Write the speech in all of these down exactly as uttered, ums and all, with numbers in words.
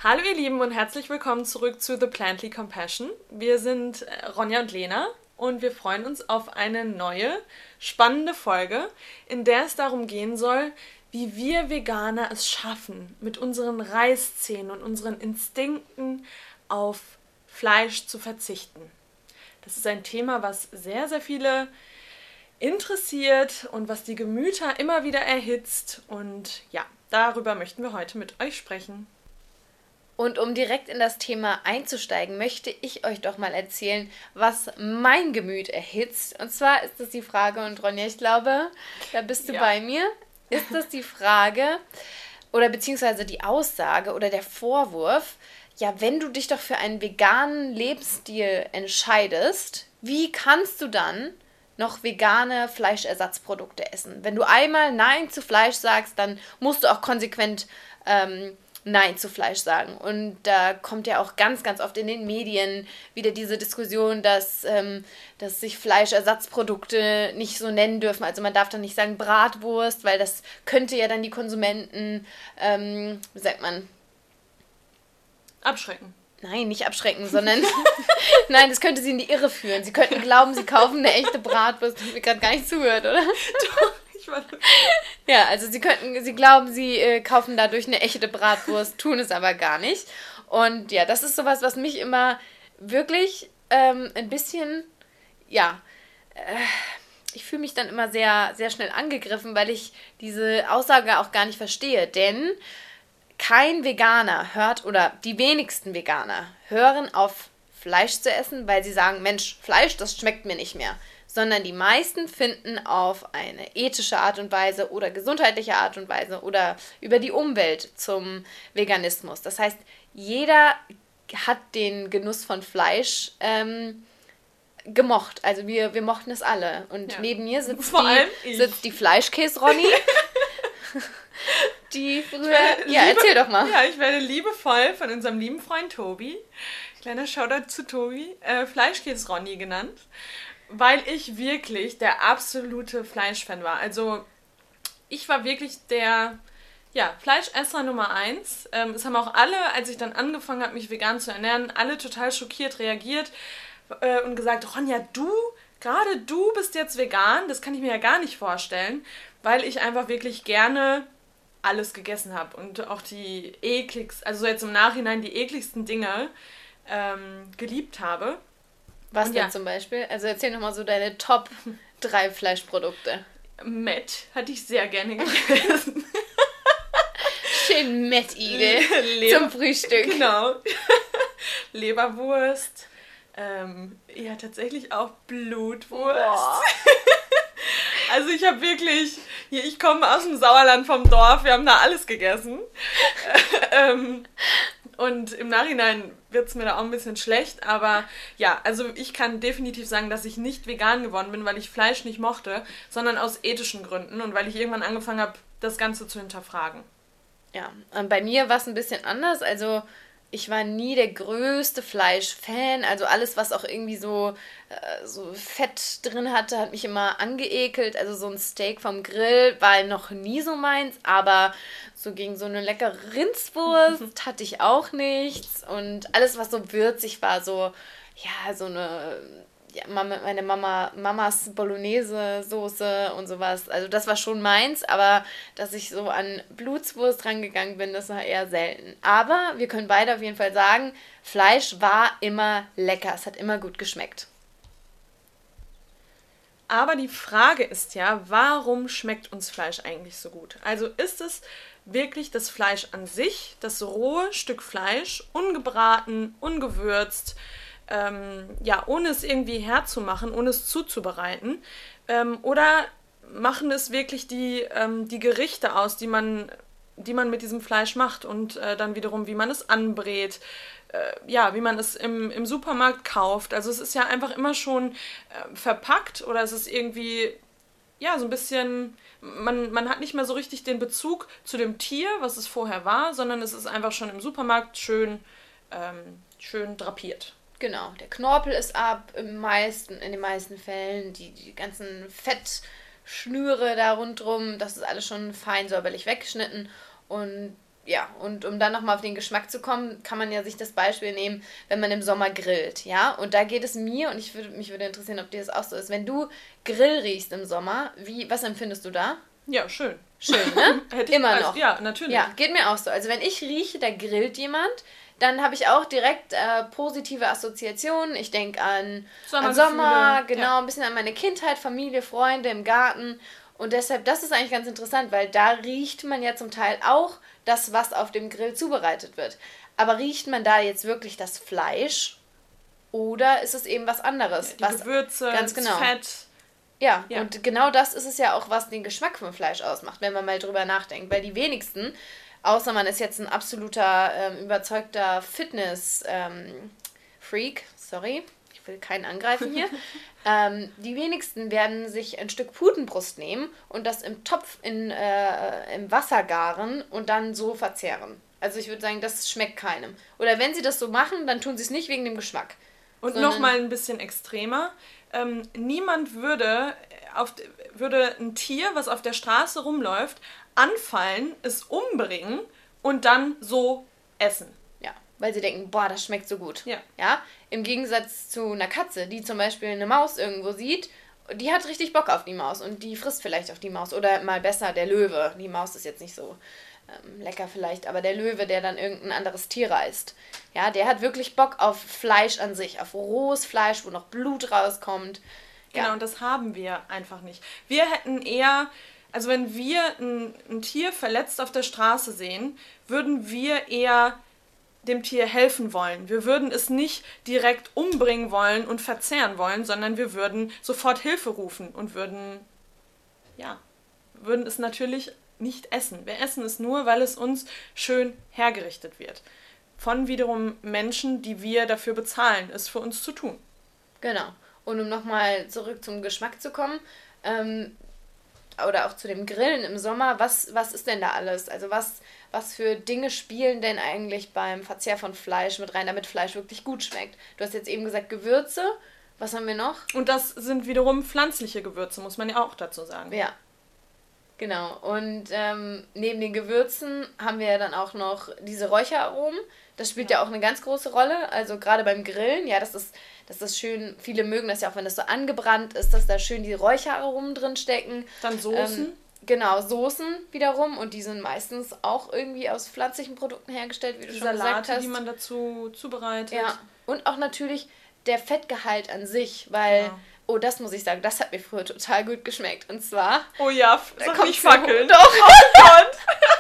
Hallo ihr Lieben und herzlich willkommen zurück zu The Plantly Compassion. Wir sind Ronja und Lena und wir freuen uns auf eine neue, spannende Folge, in der es darum gehen soll, wie wir Veganer es schaffen, mit unseren Reißzähnen und unseren Instinkten auf Fleisch zu verzichten. Das ist ein Thema, was sehr, sehr viele interessiert und was die Gemüter immer wieder erhitzt. Und ja, darüber möchten wir heute mit euch sprechen. Und um direkt in das Thema einzusteigen, möchte ich euch doch mal erzählen, was mein Gemüt erhitzt. Und zwar ist das die Frage, und Ronja, ich glaube, da bist du ja. bei mir, ist das die Frage oder beziehungsweise die Aussage oder der Vorwurf, ja, wenn du dich doch für einen veganen Lebensstil entscheidest, wie kannst du dann noch vegane Fleischersatzprodukte essen? Wenn du einmal Nein zu Fleisch sagst, dann musst du auch konsequent ähm, Nein zu Fleisch sagen. Und da kommt ja auch ganz, ganz oft in den Medien wieder diese Diskussion, dass, ähm, dass sich Fleischersatzprodukte nicht so nennen dürfen. Also man darf dann nicht sagen Bratwurst, weil das könnte ja dann die Konsumenten, ähm, wie sagt man? Abschrecken. Nein, nicht abschrecken, sondern nein, das könnte sie in die Irre führen. Sie könnten glauben, sie kaufen eine echte Bratwurst. Ich habe mir gerade gar nicht zugehört, oder? Doch, ich war... Ja, also sie könnten, sie glauben, sie äh, kaufen dadurch eine echte Bratwurst, tun es aber gar nicht. Und ja, das ist sowas, was mich immer wirklich ähm, ein bisschen, ja, äh, ich fühle mich dann immer sehr, sehr schnell angegriffen, weil ich diese Aussage auch gar nicht verstehe. Denn kein Veganer hört, oder die wenigsten Veganer hören auf Fleisch zu essen, weil sie sagen, Mensch, Fleisch, das schmeckt mir nicht mehr. Sondern die meisten finden auf eine ethische Art und Weise oder gesundheitliche Art und Weise oder über die Umwelt zum Veganismus. Das heißt, jeder hat den Genuss von Fleisch ähm, gemocht. Also wir, wir mochten es alle. Und ja. neben mir sitzt Vor die, sitzt die Fleischkäse-Ronny. Die früher... Werde, ja, liebe, erzähl doch mal. Ja, ich werde liebevoll von unserem lieben Freund Tobi, kleiner Shoutout zu Tobi, äh, Fleischkäse-Ronny genannt, weil ich wirklich der absolute Fleischfan war. Also ich war wirklich der ja, Fleischesser Nummer eins. Ähm, es haben auch alle, als ich dann angefangen habe, mich vegan zu ernähren, alle total schockiert reagiert äh, und gesagt, Ronja, du, gerade du bist jetzt vegan, das kann ich mir ja gar nicht vorstellen, weil ich einfach wirklich gerne alles gegessen habe und auch die ekligsten, also jetzt im Nachhinein die ekligsten Dinge ähm, geliebt habe. Was und denn ja. zum Beispiel? Also erzähl nochmal so deine Top drei Fleischprodukte. Mett hatte ich sehr gerne gegessen. Schön Mettigel Le- zum Frühstück. Genau. Leberwurst. Ähm, ja, tatsächlich auch Blutwurst. Boah. Also ich habe wirklich, hier, ich komme aus dem Sauerland vom Dorf, wir haben da alles gegessen. ähm, und im Nachhinein wird es mir da auch ein bisschen schlecht, aber ja, also ich kann definitiv sagen, dass ich nicht vegan geworden bin, weil ich Fleisch nicht mochte, sondern aus ethischen Gründen und weil ich irgendwann angefangen habe, das Ganze zu hinterfragen. Ja, und bei mir war es ein bisschen anders, also ich war nie der größte Fleischfan, also alles, was auch irgendwie so, äh, so Fett drin hatte, hat mich immer angeekelt. Also so ein Steak vom Grill war noch nie so meins, aber so gegen so eine leckere Rindswurst hatte ich auch nichts. Und alles, was so würzig war, so, ja, so eine... Ja, meine Mama, Mamas Bolognese-Soße und sowas. Also das war schon meins, aber dass ich so an Blutswurst rangegangen bin, das war eher selten. Aber wir können beide auf jeden Fall sagen, Fleisch war immer lecker. Es hat immer gut geschmeckt. Aber die Frage ist ja, warum schmeckt uns Fleisch eigentlich so gut? Also ist es wirklich das Fleisch an sich, das rohe Stück Fleisch, ungebraten, ungewürzt, Ähm, ja, ohne es irgendwie herzumachen, ohne es zuzubereiten? Ähm, oder machen es wirklich die, ähm, die Gerichte aus, die man, die man mit diesem Fleisch macht und äh, dann wiederum, wie man es anbrät, äh, ja, wie man es im, im Supermarkt kauft. Also es ist ja einfach immer schon äh, verpackt oder es ist irgendwie, ja, so ein bisschen, man, man hat nicht mehr so richtig den Bezug zu dem Tier, was es vorher war, sondern es ist einfach schon im Supermarkt schön, ähm, schön drapiert. Genau, der Knorpel ist ab, im meisten, in den meisten Fällen, die, die ganzen Fettschnüre da rundherum, das ist alles schon fein säuberlich weggeschnitten und ja, und um dann nochmal auf den Geschmack zu kommen, kann man ja sich das Beispiel nehmen, wenn man im Sommer grillt, ja, und da geht es mir, und ich würde, mich würde interessieren, ob dir das auch so ist, wenn du Grill riechst im Sommer, wie, was empfindest du da? Ja, schön. Schön, ne? Hätte ich Immer als, noch. Ja, natürlich. Ja, geht mir auch so. Also wenn ich rieche, da grillt jemand, dann habe ich auch direkt äh, positive Assoziationen. Ich denke an, an Sommer, genau, ja. Ein bisschen an meine Kindheit, Familie, Freunde im Garten. Und deshalb, das ist eigentlich ganz interessant, weil da riecht man ja zum Teil auch das, was auf dem Grill zubereitet wird. Aber riecht man da jetzt wirklich das Fleisch oder ist es eben was anderes? Ja, die was, Gewürze, ganz genau. das Fett. Ja, ja, und genau das ist es ja auch, was den Geschmack vom Fleisch ausmacht, wenn man mal drüber nachdenkt. Weil die wenigsten, außer man ist jetzt ein absoluter, ähm, überzeugter Fitness-Freak, ähm, sorry, ich will keinen angreifen hier, ähm, die wenigsten werden sich ein Stück Putenbrust nehmen und das im Topf in, äh, im Wasser garen und dann so verzehren. Also ich würde sagen, das schmeckt keinem. Oder wenn sie das so machen, dann tun sie es nicht wegen dem Geschmack. Und nochmal ein bisschen extremer. Ähm, niemand würde, auf, würde ein Tier, was auf der Straße rumläuft, anfallen, es umbringen und dann so essen. Ja, weil sie denken, boah, das schmeckt so gut. Ja. Ja. Im Gegensatz zu einer Katze, die zum Beispiel eine Maus irgendwo sieht, die hat richtig Bock auf die Maus und die frisst vielleicht auf die Maus. Oder mal besser, der Löwe. Die Maus ist jetzt nicht so ähm, lecker vielleicht, aber der Löwe, der dann irgendein anderes Tier reißt. Ja, der hat wirklich Bock auf Fleisch an sich, auf rohes Fleisch, wo noch Blut rauskommt. Ja. Genau, und das haben wir einfach nicht. Wir hätten eher, also wenn wir ein, ein Tier verletzt auf der Straße sehen, würden wir eher dem Tier helfen wollen. Wir würden es nicht direkt umbringen wollen und verzehren wollen, sondern wir würden sofort Hilfe rufen und würden, ja, würden es natürlich nicht essen. Wir essen es nur, weil es uns schön hergerichtet wird. Von wiederum Menschen, die wir dafür bezahlen, es für uns zu tun. Genau. Und um nochmal zurück zum Geschmack zu kommen, ähm, oder auch zu dem Grillen im Sommer, was, was ist denn da alles? Also was, was für Dinge spielen denn eigentlich beim Verzehr von Fleisch mit rein, damit Fleisch wirklich gut schmeckt? Du hast jetzt eben gesagt Gewürze. Was haben wir noch? Und das sind wiederum pflanzliche Gewürze, muss man ja auch dazu sagen. Ja. Genau, und ähm, neben den Gewürzen haben wir ja dann auch noch diese Räucheraromen. Das spielt ja. ja auch eine ganz große Rolle, also gerade beim Grillen, ja, das ist, das ist schön, viele mögen das ja auch, wenn das so angebrannt ist, dass da schön die Räucheraromen drin stecken. Dann Soßen. Ähm, genau, Soßen wiederum und die sind meistens auch irgendwie aus pflanzlichen Produkten hergestellt, wie du die schon Salate, gesagt hast. Die man dazu zubereitet. Ja, und auch natürlich der Fettgehalt an sich, weil... Ja. Oh, das muss ich sagen, das hat mir früher total gut geschmeckt. Und zwar... Oh ja, da sag kommt nicht Fackeln. Doch. Oh Gott.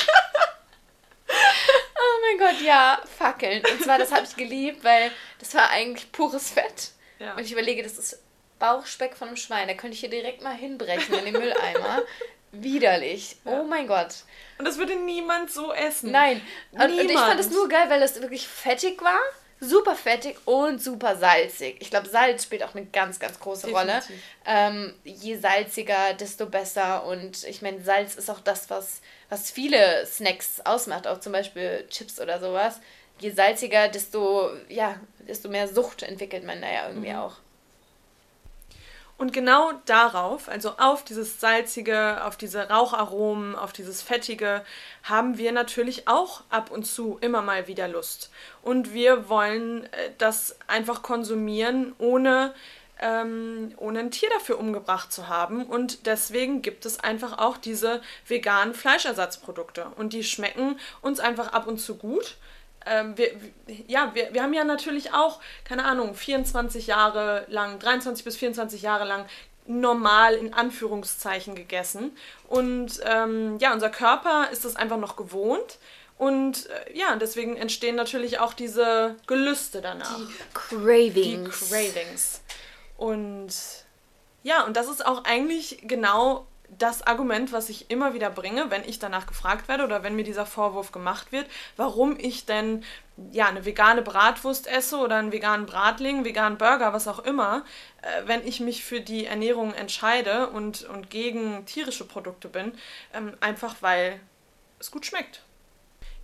Oh mein Gott, ja, Fackeln. Und zwar, das habe ich geliebt, weil das war eigentlich pures Fett. Ja. Und ich überlege, das ist Bauchspeck von einem Schwein. Da könnte ich hier direkt mal hinbrechen in den Mülleimer. Widerlich. Ja. Oh mein Gott. Und das würde niemand so essen. Nein. Und, und ich fand es nur geil, weil das wirklich fettig war. Super fettig und super salzig. Ich glaube, Salz spielt auch eine ganz, ganz große Definitiv. Rolle. Ähm, je salziger, desto besser. Und ich meine, Salz ist auch das, was, was viele Snacks ausmacht. Auch zum Beispiel Chips oder sowas. Je salziger, desto, ja, desto mehr Sucht entwickelt man da ja irgendwie mhm. auch. Und genau darauf, also auf dieses Salzige, auf diese Raucharomen, auf dieses Fettige, haben wir natürlich auch ab und zu immer mal wieder Lust. Und wir wollen das einfach konsumieren, ohne, ähm, ohne ein Tier dafür umgebracht zu haben. Und deswegen gibt es einfach auch diese veganen Fleischersatzprodukte. Und die schmecken uns einfach ab und zu gut. Ähm, wir, ja, wir, wir haben ja natürlich auch, keine Ahnung, vierundzwanzig Jahre lang, dreiundzwanzig bis vierundzwanzig Jahre lang normal in Anführungszeichen gegessen. Und ähm, ja, unser Körper ist das einfach noch gewohnt. Und äh, ja, deswegen entstehen natürlich auch diese Gelüste danach. Die Cravings. Die Cravings. Und ja, und das ist auch eigentlich genau das Argument, was ich immer wieder bringe, wenn ich danach gefragt werde oder wenn mir dieser Vorwurf gemacht wird, warum ich denn ja eine vegane Bratwurst esse oder einen veganen Bratling, einen veganen Burger, was auch immer, äh, wenn ich mich für die Ernährung entscheide und, und gegen tierische Produkte bin, ähm, einfach weil es gut schmeckt.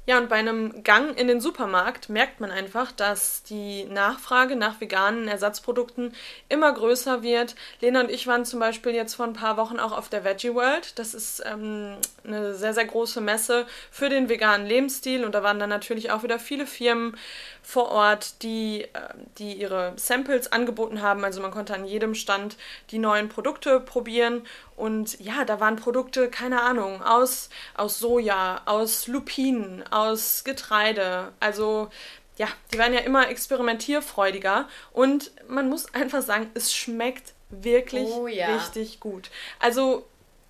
Ja, und bei einem Gang in den Supermarkt merkt man einfach, dass die Nachfrage nach veganen Ersatzprodukten immer größer wird. Lena und ich waren zum Beispiel jetzt vor ein paar Wochen auch auf der Veggie World. Das ist ähm, eine sehr, sehr große Messe für den veganen Lebensstil. Und da waren dann natürlich auch wieder viele Firmen vor Ort, die, äh, die ihre Samples angeboten haben. Also man konnte an jedem Stand die neuen Produkte probieren. Und ja, da waren Produkte, keine Ahnung, aus, aus Soja, aus Lupinen, aus Getreide. Also ja, die waren ja immer experimentierfreudiger. Und man muss einfach sagen, es schmeckt wirklich oh, ja. richtig gut. Also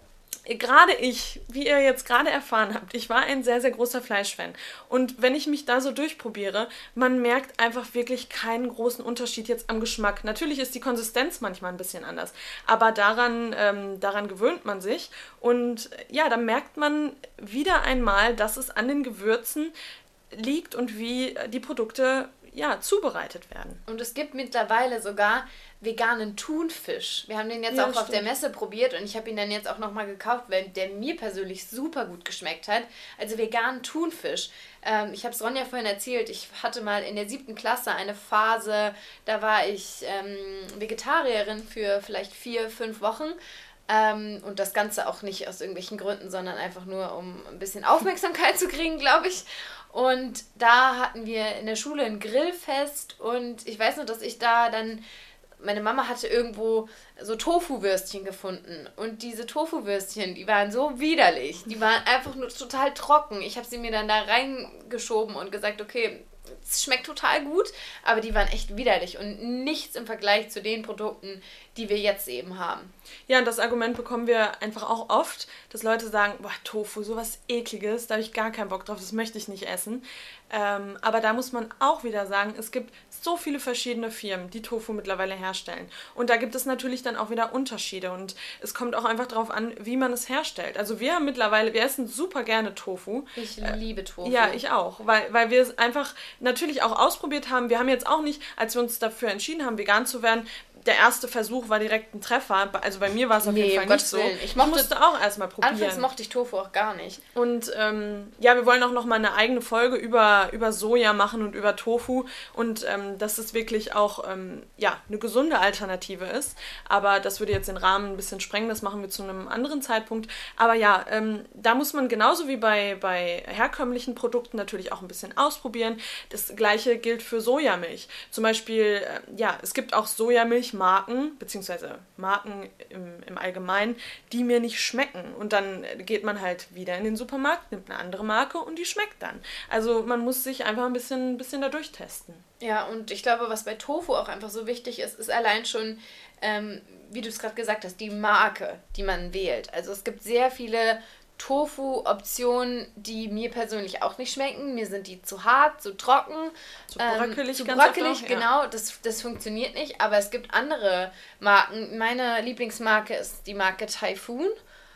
gerade ich, wie ihr jetzt gerade erfahren habt, ich war ein sehr, sehr großer Fleischfan. Und wenn ich mich da so durchprobiere, man merkt einfach wirklich keinen großen Unterschied jetzt am Geschmack. Natürlich ist die Konsistenz manchmal ein bisschen anders, aber daran, ähm, daran gewöhnt man sich. Und ja, da merkt man wieder einmal, dass es an den Gewürzen liegt und wie die Produkte ja, zubereitet werden. Und es gibt mittlerweile sogar veganen Thunfisch. Wir haben den jetzt Ja, auch stimmt. auf der Messe probiert und ich habe ihn dann jetzt auch nochmal gekauft, weil der mir persönlich super gut geschmeckt hat. Also veganen Thunfisch. Ähm, ich habe es Ronja vorhin erzählt, ich hatte mal in der siebten Klasse eine Phase, da war ich ähm, Vegetarierin für vielleicht vier, fünf Wochen. Ähm, und das Ganze auch nicht aus irgendwelchen Gründen, sondern einfach nur, um ein bisschen Aufmerksamkeit zu kriegen, glaube ich. Und da hatten wir in der Schule ein Grillfest und ich weiß nur, dass ich da dann, meine Mama hatte irgendwo so Tofu-Würstchen gefunden und diese Tofu-Würstchen, die waren so widerlich, die waren einfach nur total trocken. Ich habe sie mir dann da reingeschoben und gesagt, okay, es schmeckt total gut, aber die waren echt widerlich und nichts im Vergleich zu den Produkten, die wir jetzt eben haben. Ja, und das Argument bekommen wir einfach auch oft, dass Leute sagen, boah, Tofu, sowas Ekliges, da habe ich gar keinen Bock drauf, das möchte ich nicht essen. Ähm, aber da muss man auch wieder sagen, es gibt so viele verschiedene Firmen, die Tofu mittlerweile herstellen. Und da gibt es natürlich dann auch wieder Unterschiede und es kommt auch einfach darauf an, wie man es herstellt. Also wir haben mittlerweile, wir essen super gerne Tofu. Ich liebe Tofu. Ja, ich auch, weil, weil wir es einfach natürlich auch ausprobiert haben. Wir haben jetzt auch nicht, als wir uns dafür entschieden haben, vegan zu werden, der erste Versuch war direkt ein Treffer. Also bei mir war es auf nee, jeden Fall um nicht Gottes so. Willen. Ich, ich mochte, musste auch erstmal probieren. Anfangs mochte ich Tofu auch gar nicht. Und ähm, ja, wir wollen auch noch mal eine eigene Folge über, über Soja machen und über Tofu. Und ähm, dass es wirklich auch ähm, ja, eine gesunde Alternative ist. Aber das würde jetzt den Rahmen ein bisschen sprengen. Das machen wir zu einem anderen Zeitpunkt. Aber ja, ähm, da muss man genauso wie bei, bei herkömmlichen Produkten natürlich auch ein bisschen ausprobieren. Das Gleiche gilt für Sojamilch. Zum Beispiel, äh, ja, es gibt auch Sojamilchmarken, beziehungsweise Marken im, im Allgemeinen, die mir nicht schmecken. Und dann geht man halt wieder in den Supermarkt, nimmt eine andere Marke und die schmeckt dann. Also man muss sich einfach ein bisschen, ein bisschen da durchtesten. Ja, und ich glaube, was bei Tofu auch einfach so wichtig ist, ist allein schon, ähm, wie du es gerade gesagt hast, die Marke, die man wählt. Also es gibt sehr viele Tofu-Optionen, die mir persönlich auch nicht schmecken. Mir sind die zu hart, zu trocken. Zu bröckelig, ähm, zu ganz bröckelig, oft auch, ja. genau. Das, das funktioniert nicht. Aber es gibt andere Marken. Meine Lieblingsmarke ist die Marke Typhoon.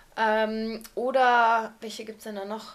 Ähm, oder, welche gibt es denn da noch?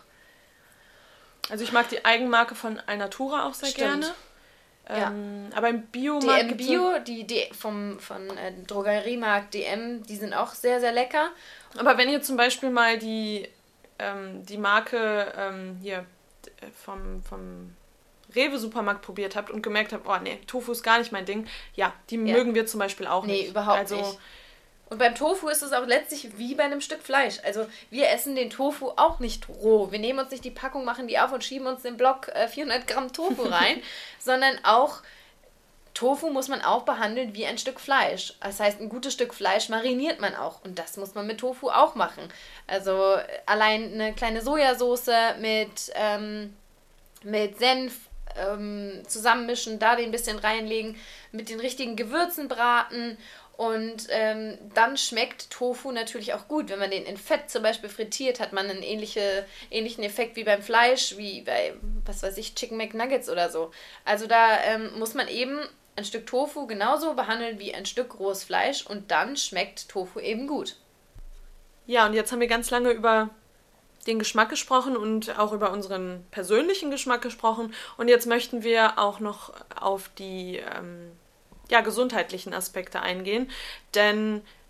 Also ich mag die Eigenmarke von Alnatura auch sehr Stimmt. gerne. Ja. Ähm, aber im Biomarkt D M Bio, die D- vom, von äh, Drogeriemarkt D M, die sind auch sehr, sehr lecker. Aber wenn ihr zum Beispiel mal die, ähm, die Marke ähm, hier äh, vom, vom Rewe-Supermarkt probiert habt und gemerkt habt, oh nee, Tofu ist gar nicht mein Ding, ja, die Ja. mögen wir zum Beispiel auch Nee, nicht. überhaupt also, nicht. Und beim Tofu ist es auch letztlich wie bei einem Stück Fleisch. Also wir essen den Tofu auch nicht roh. Wir nehmen uns nicht die Packung, machen die auf und schieben uns den Block äh, vierhundert Gramm Tofu rein, sondern auch Tofu muss man auch behandeln wie ein Stück Fleisch. Das heißt, ein gutes Stück Fleisch mariniert man auch. Und das muss man mit Tofu auch machen. Also allein eine kleine Sojasauce mit, ähm, mit Senf ähm, zusammenmischen, da den ein bisschen reinlegen, mit den richtigen Gewürzen braten. Und ähm, dann schmeckt Tofu natürlich auch gut. Wenn man den in Fett zum Beispiel frittiert, hat man einen ähnliche, ähnlichen Effekt wie beim Fleisch, wie bei, was weiß ich, Chicken McNuggets oder so. Also da ähm, muss man eben ein Stück Tofu genauso behandeln wie ein Stück rohes Fleisch und dann schmeckt Tofu eben gut. Ja, und jetzt haben wir ganz lange über den Geschmack gesprochen und auch über unseren persönlichen Geschmack gesprochen. Und jetzt möchten wir auch noch auf die ähm, ja, gesundheitlichen Aspekte eingehen. Denn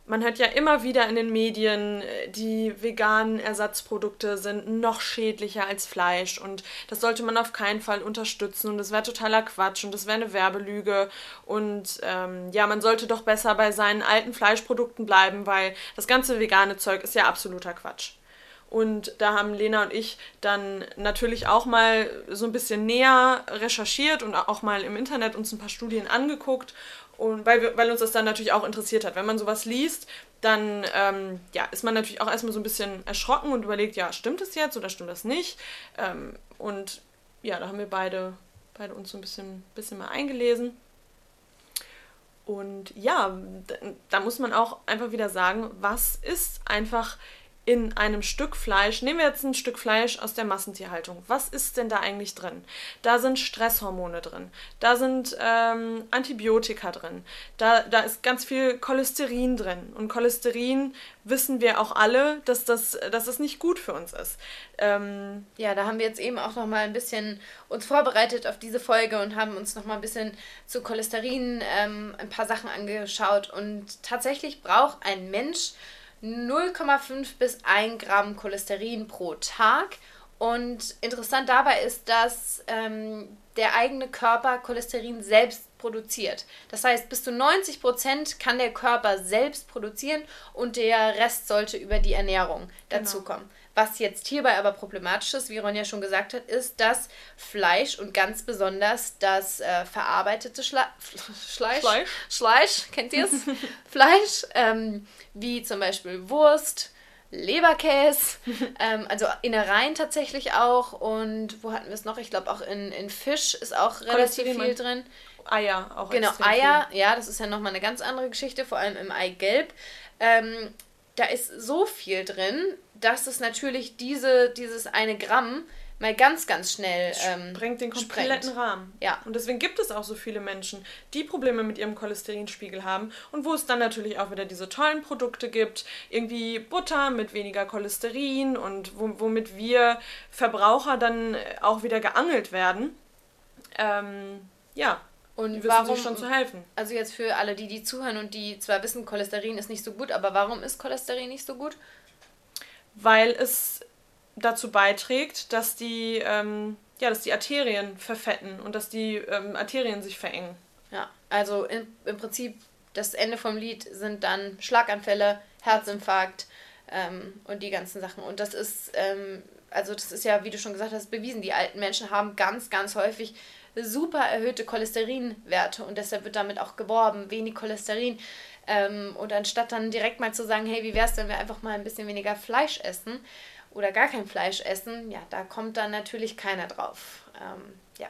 man hört ja immer wieder in den Medien, die veganen Ersatzprodukte sind noch schädlicher als Fleisch und das sollte man auf keinen Fall unterstützen und das wäre totaler Quatsch und das wäre eine Werbelüge und ähm, ja, man sollte doch besser bei seinen alten Fleischprodukten bleiben, weil das ganze vegane Zeug ist ja absoluter Quatsch. Und da haben Lena und ich dann natürlich auch mal so ein bisschen näher recherchiert und auch mal im Internet uns ein paar Studien angeguckt. Und weil, wir, weil uns das dann natürlich auch interessiert hat. Wenn man sowas liest, dann ähm, ja, ist man natürlich auch erstmal so ein bisschen erschrocken und überlegt, ja, stimmt das jetzt oder stimmt das nicht? Ähm, und ja, da haben wir beide, beide uns so ein bisschen, bisschen mal eingelesen. Und ja, da, da muss man auch einfach wieder sagen, was ist einfach in einem Stück Fleisch, nehmen wir jetzt ein Stück Fleisch aus der Massentierhaltung, was ist denn da eigentlich drin? Da sind Stresshormone drin, da sind ähm, Antibiotika drin, da, da ist ganz viel Cholesterin drin und Cholesterin wissen wir auch alle, dass das, dass das nicht gut für uns ist. Ähm, ja, da haben wir jetzt eben auch nochmal ein bisschen uns vorbereitet auf diese Folge und haben uns nochmal ein bisschen zu Cholesterin ähm, ein paar Sachen angeschaut und tatsächlich braucht ein Mensch null Komma fünf bis ein Gramm Cholesterin pro Tag. Und interessant dabei ist, dass ähm, der eigene Körper Cholesterin selbst produziert. Das heißt, bis zu neunzig Prozent kann der Körper selbst produzieren und der Rest sollte über die Ernährung dazukommen. Genau. Was jetzt hierbei aber problematisch ist, wie Ronja schon gesagt hat, ist, dass Fleisch und ganz besonders das äh, verarbeitete Schla- Fleisch, Fleisch, Fleisch, kennt ihr es? Fleisch, ähm, wie zum Beispiel Wurst, Leberkäse, ähm, also Innereien tatsächlich auch. Und wo hatten wir es noch? Ich glaube auch in, in Fisch ist auch relativ viel drin. Eier auch. Genau, Eier, viel. Ja, das ist ja nochmal eine ganz andere Geschichte, vor allem im Eigelb. Ähm, da ist so viel drin, dass es natürlich diese, dieses eine Gramm mal ganz, ganz schnell ähm, sprengt den kompletten sprengt. Rahmen. Ja. Und deswegen gibt es auch so viele Menschen, die Probleme mit ihrem Cholesterinspiegel haben und wo es dann natürlich auch wieder diese tollen Produkte gibt, irgendwie Butter mit weniger Cholesterin und womit wir Verbraucher dann auch wieder geangelt werden. Ähm, ja. Und die wissen warum, sich schon zu helfen. Also jetzt für alle, die die zuhören und die zwar wissen, Cholesterin ist nicht so gut, aber warum ist Cholesterin nicht so gut? Weil es dazu beiträgt, dass die, ähm, ja, dass die Arterien verfetten und dass die ähm, Arterien sich verengen. Ja, also in, im Prinzip das Ende vom Lied sind dann Schlaganfälle, Herzinfarkt ähm, und die ganzen Sachen. Und das ist, ähm, also das ist ja, wie du schon gesagt hast, bewiesen. Die alten Menschen haben ganz, ganz häufig super erhöhte Cholesterinwerte und deshalb wird damit auch geworben, wenig Cholesterin. Ähm, und anstatt dann direkt mal zu sagen, hey, wie wär's, wenn wir einfach mal ein bisschen weniger Fleisch essen oder gar kein Fleisch essen, ja, da kommt dann natürlich keiner drauf. Ähm, ja.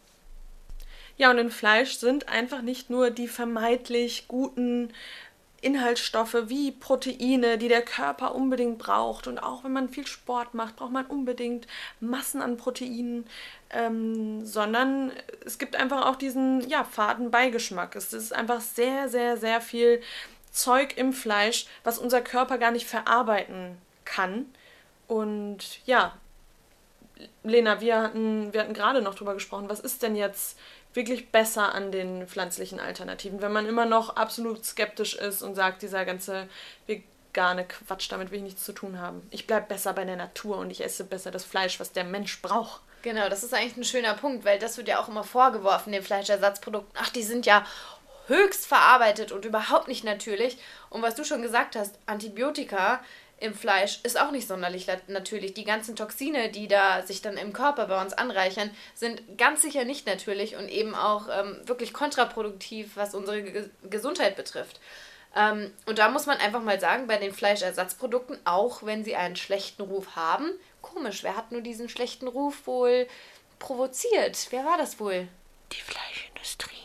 Ja, und in Fleisch sind einfach nicht nur die vermeintlich guten Inhaltsstoffe wie Proteine, die der Körper unbedingt braucht. Und auch wenn man viel Sport macht, braucht man unbedingt Massen an Proteinen, ähm, sondern es gibt einfach auch diesen, ja, faden Beigeschmack. Es ist einfach sehr, sehr, sehr viel Zeug im Fleisch, was unser Körper gar nicht verarbeiten kann. Und ja, Lena, wir hatten, wir hatten gerade noch drüber gesprochen, was ist denn jetzt wirklich besser an den pflanzlichen Alternativen, wenn man immer noch absolut skeptisch ist und sagt, dieser ganze vegane Quatsch, damit will ich nichts zu tun haben. Ich bleibe besser bei der Natur und ich esse besser das Fleisch, was der Mensch braucht. Genau, das ist eigentlich ein schöner Punkt, weil das wird ja auch immer vorgeworfen, den Fleischersatzprodukten. Ach, die sind ja höchst verarbeitet und überhaupt nicht natürlich. Und was du schon gesagt hast, Antibiotika im Fleisch ist auch nicht sonderlich natürlich. Die ganzen Toxine, die da sich dann im Körper bei uns anreichern, sind ganz sicher nicht natürlich und eben auch ähm, wirklich kontraproduktiv, was unsere Ge- Gesundheit betrifft. Ähm, und da muss man einfach mal sagen, bei den Fleischersatzprodukten, auch wenn sie einen schlechten Ruf haben, komisch, wer hat nur diesen schlechten Ruf wohl provoziert? Wer war das wohl? Die Fleischindustrie.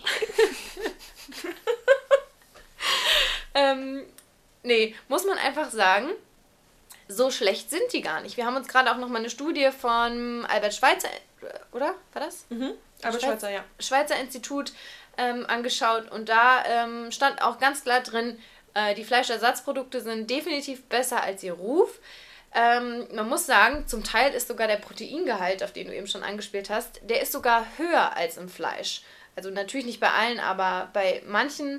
ähm, nee, muss man einfach sagen, so schlecht sind die gar nicht. Wir haben uns gerade auch nochmal eine Studie von Albert Schweitzer, oder? War das? Mhm. Albert Schweitzer, ja. Schweizer Institut ähm, angeschaut und da ähm, stand auch ganz klar drin, äh, die Fleischersatzprodukte sind definitiv besser als ihr Ruf. Ähm, man muss sagen, zum Teil ist sogar der Proteingehalt, auf den du eben schon angespielt hast, der ist sogar höher als im Fleisch. Also natürlich nicht bei allen, aber bei manchen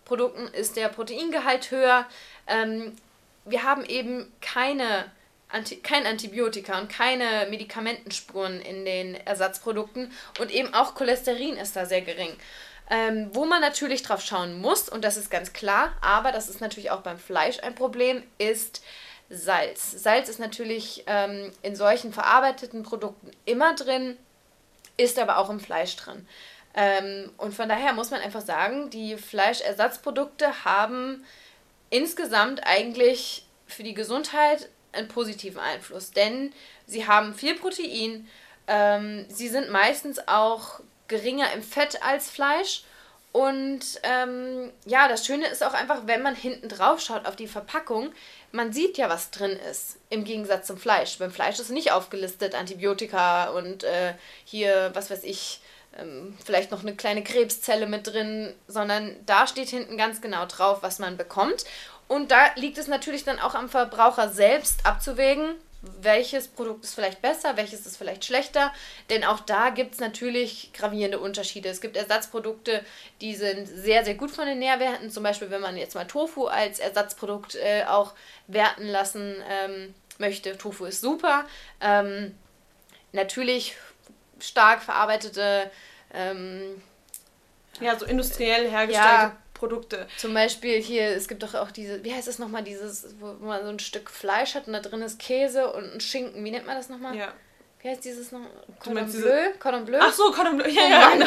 Produkten ist der Proteingehalt höher. Ähm, wir haben eben keine, Anti- kein Antibiotika und keine Medikamentenspuren in den Ersatzprodukten und eben auch Cholesterin ist da sehr gering. Ähm, wo man natürlich drauf schauen muss, und das ist ganz klar, aber das ist natürlich auch beim Fleisch ein Problem, ist Salz. Salz ist natürlich ähm, in solchen verarbeiteten Produkten immer drin, ist aber auch im Fleisch drin. Ähm, und von daher muss man einfach sagen, die Fleischersatzprodukte haben insgesamt eigentlich für die Gesundheit einen positiven Einfluss, denn sie haben viel Protein, ähm, sie sind meistens auch geringer im Fett als Fleisch und ähm, ja, das Schöne ist auch einfach, wenn man hinten drauf schaut auf die Verpackung, man sieht ja, was drin ist, im Gegensatz zum Fleisch. Beim Fleisch ist nicht aufgelistet Antibiotika und äh, hier, was weiß ich, ähm, vielleicht noch eine kleine Krebszelle mit drin, sondern da steht hinten ganz genau drauf, was man bekommt. Und da liegt es natürlich dann auch am Verbraucher selbst abzuwägen, welches Produkt ist vielleicht besser, welches ist vielleicht schlechter, denn auch da gibt es natürlich gravierende Unterschiede. Es gibt Ersatzprodukte, die sind sehr, sehr gut von den Nährwerten, zum Beispiel wenn man jetzt mal Tofu als Ersatzprodukt äh, auch werten lassen ähm, möchte. Tofu ist super. Ähm, natürlich stark verarbeitete ähm, ja, so industriell hergestellte ja, Produkte. Zum Beispiel hier, es gibt doch auch diese, wie heißt das nochmal, dieses, wo man so ein Stück Fleisch hat und da drin ist Käse und ein Schinken. Wie nennt man das nochmal? Ja. Wie heißt dieses noch? Cordon Bleu? Cordon Bleu? Ach so, Cordon Bleu. Ja, oh, ja.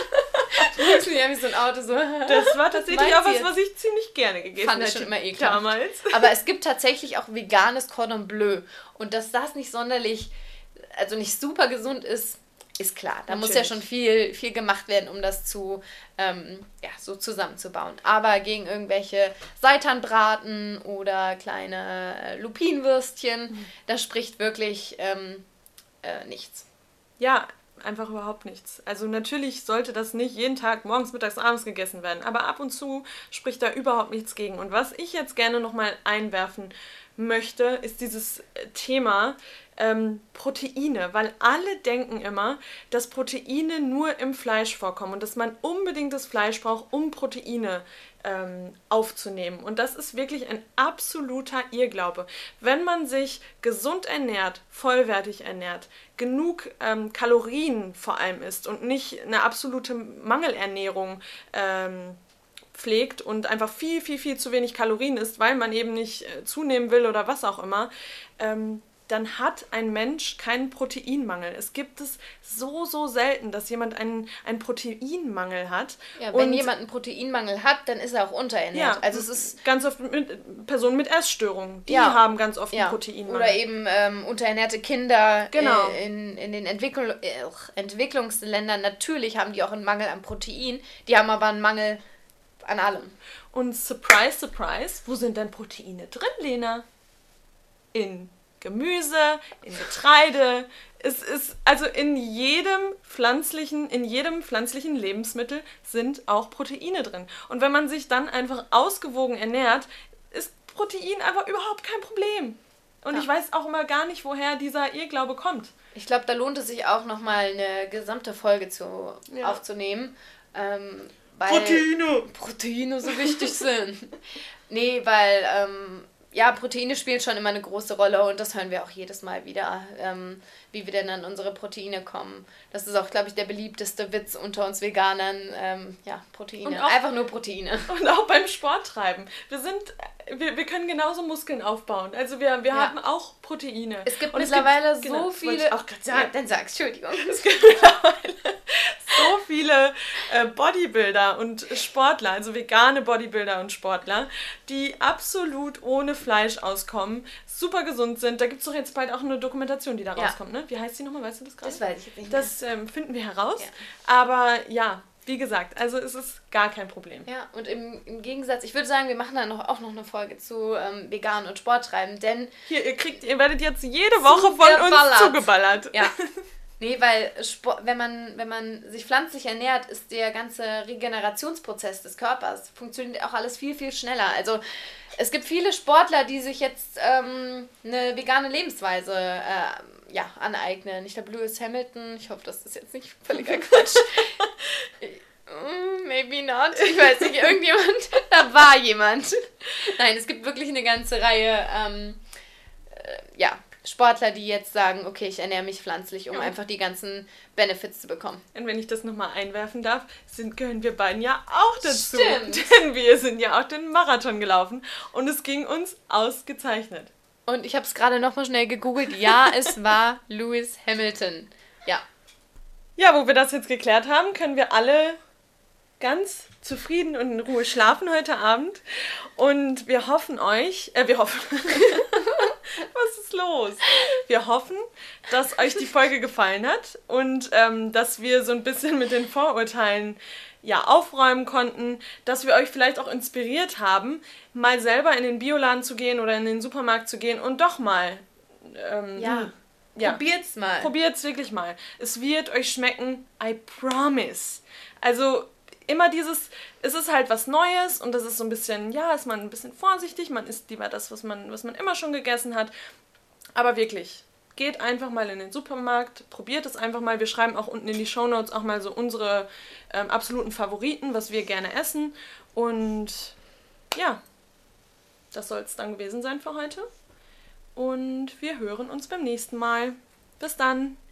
Du guckst mich an wie so ein Auto so. Das war tatsächlich auch was, was ich ziemlich gerne gegessen Fand ich schon immer ekelhaft. Damals. Aber es gibt tatsächlich auch veganes Cordon Bleu. Und dass das nicht sonderlich, also nicht super gesund ist, ist klar. Da Natürlich. muss ja schon viel, viel gemacht werden, um das zu, ähm, ja, so zusammenzubauen. Aber gegen irgendwelche Seitanbraten oder kleine Lupinenwürstchen, mhm. da spricht wirklich ähm, äh, nichts. Ja, einfach überhaupt nichts. Also natürlich sollte das nicht jeden Tag morgens, mittags, abends gegessen werden, aber ab und zu spricht da überhaupt nichts gegen. Und was ich jetzt gerne nochmal einwerfen möchte, ist dieses Thema ähm, Proteine, weil alle denken immer, dass Proteine nur im Fleisch vorkommen und dass man unbedingt das Fleisch braucht, um Proteine ähm, aufzunehmen. Und das ist wirklich ein absoluter Irrglaube. Wenn man sich gesund ernährt, vollwertig ernährt, genug ähm, Kalorien vor allem isst und nicht eine absolute Mangelernährung ähm, pflegt und einfach viel, viel, viel zu wenig Kalorien isst, weil man eben nicht äh, zunehmen will oder was auch immer, ähm, dann hat ein Mensch keinen Proteinmangel. Es gibt es so, so selten, dass jemand einen, einen Proteinmangel hat. Ja, wenn und, jemand einen Proteinmangel hat, dann ist er auch unterernährt. Ja, also es ist ganz oft mit Personen mit Essstörungen, die ja, haben ganz oft ja. einen Proteinmangel. Oder eben ähm, unterernährte Kinder genau. äh, in, in den Entwicklung, äh, Entwicklungsländern. Natürlich haben die auch einen Mangel an Protein, die haben aber einen Mangel an allem. Und surprise, surprise, wo sind denn Proteine drin, Lena? In Gemüse, in Getreide. Es ist also in jedem pflanzlichen, in jedem pflanzlichen Lebensmittel sind auch Proteine drin. Und wenn man sich dann einfach ausgewogen ernährt, ist Protein einfach überhaupt kein Problem. Und ja. ich weiß auch immer gar nicht, woher dieser Irrglaube kommt. Ich glaube, da lohnt es sich auch nochmal eine gesamte Folge zu, ja. aufzunehmen. Ähm, weil Proteine! Proteine so wichtig sind. Nee, weil ähm, ja, Proteine spielen schon immer eine große Rolle und das hören wir auch jedes Mal wieder, ähm, wie wir denn an unsere Proteine kommen. Das ist auch, glaube ich, der beliebteste Witz unter uns Veganern. Ähm, ja, Proteine. Auch, einfach nur Proteine. Und auch beim Sporttreiben. Wir sind, wir, wir können genauso Muskeln aufbauen. Also wir, wir ja. haben auch Proteine. Es gibt und mittlerweile es gibt, so genau, viele... Ich auch sagen. Ja, dann sag's, Entschuldigung. Es gibt mittlerweile so viele äh, Bodybuilder und Sportler, also vegane Bodybuilder und Sportler, die absolut ohne Fleisch auskommen, super gesund sind. Da gibt es doch jetzt bald auch eine Dokumentation, die da ja. rauskommt, ne? Wie heißt die nochmal? Weißt du das gerade? Das weiß ich jetzt nicht mehr. Das ähm, finden wir heraus. Ja. Aber ja, wie gesagt, also es ist gar kein Problem. Ja, und im, im Gegensatz, ich würde sagen, wir machen dann noch, auch noch eine Folge zu ähm, Vegan und Sporttreiben, denn... Hier, ihr kriegt, ihr werdet jetzt jede Woche von uns zugeballert. Ja. Nee, weil Sport, wenn man, wenn man sich pflanzlich ernährt, ist der ganze Regenerationsprozess des Körpers, funktioniert auch alles viel, viel schneller. Also es gibt viele Sportler, die sich jetzt ähm, eine vegane Lebensweise äh, ja, aneignen. Ich glaube, Lewis Hamilton, ich hoffe, das ist jetzt nicht völliger Quatsch. Maybe not. Ich weiß nicht, irgendjemand, da da war jemand. Nein, es gibt wirklich eine ganze Reihe, ähm, äh, ja, Sportler, die jetzt sagen, okay, ich ernähre mich pflanzlich, um ja. einfach die ganzen Benefits zu bekommen. Und wenn ich das nochmal einwerfen darf, sind, gehören wir beiden ja auch dazu. Stimmt. Denn wir sind ja auch den Marathon gelaufen und es ging uns ausgezeichnet. Und ich habe es gerade nochmal schnell gegoogelt. Ja, es war Lewis Hamilton. Ja. Ja, wo wir das jetzt geklärt haben, können wir alle ganz zufrieden und in Ruhe schlafen heute Abend. Und wir hoffen euch, äh, wir hoffen... Was ist los? Wir hoffen, dass euch die Folge gefallen hat und ähm, dass wir so ein bisschen mit den Vorurteilen ja, aufräumen konnten, dass wir euch vielleicht auch inspiriert haben, mal selber in den Bioladen zu gehen oder in den Supermarkt zu gehen und doch mal... Ähm, ja, ja, probiert's mal. Probiert's wirklich mal. Es wird euch schmecken, I promise. Also... Immer dieses, es ist halt was Neues und das ist so ein bisschen, ja, ist man ein bisschen vorsichtig, man isst lieber das, was man, was man immer schon gegessen hat. Aber wirklich, geht einfach mal in den Supermarkt, probiert es einfach mal. Wir schreiben auch unten in die Shownotes auch mal so unsere ähm, absoluten Favoriten, was wir gerne essen. Und ja, das soll es dann gewesen sein für heute. Und wir hören uns beim nächsten Mal. Bis dann!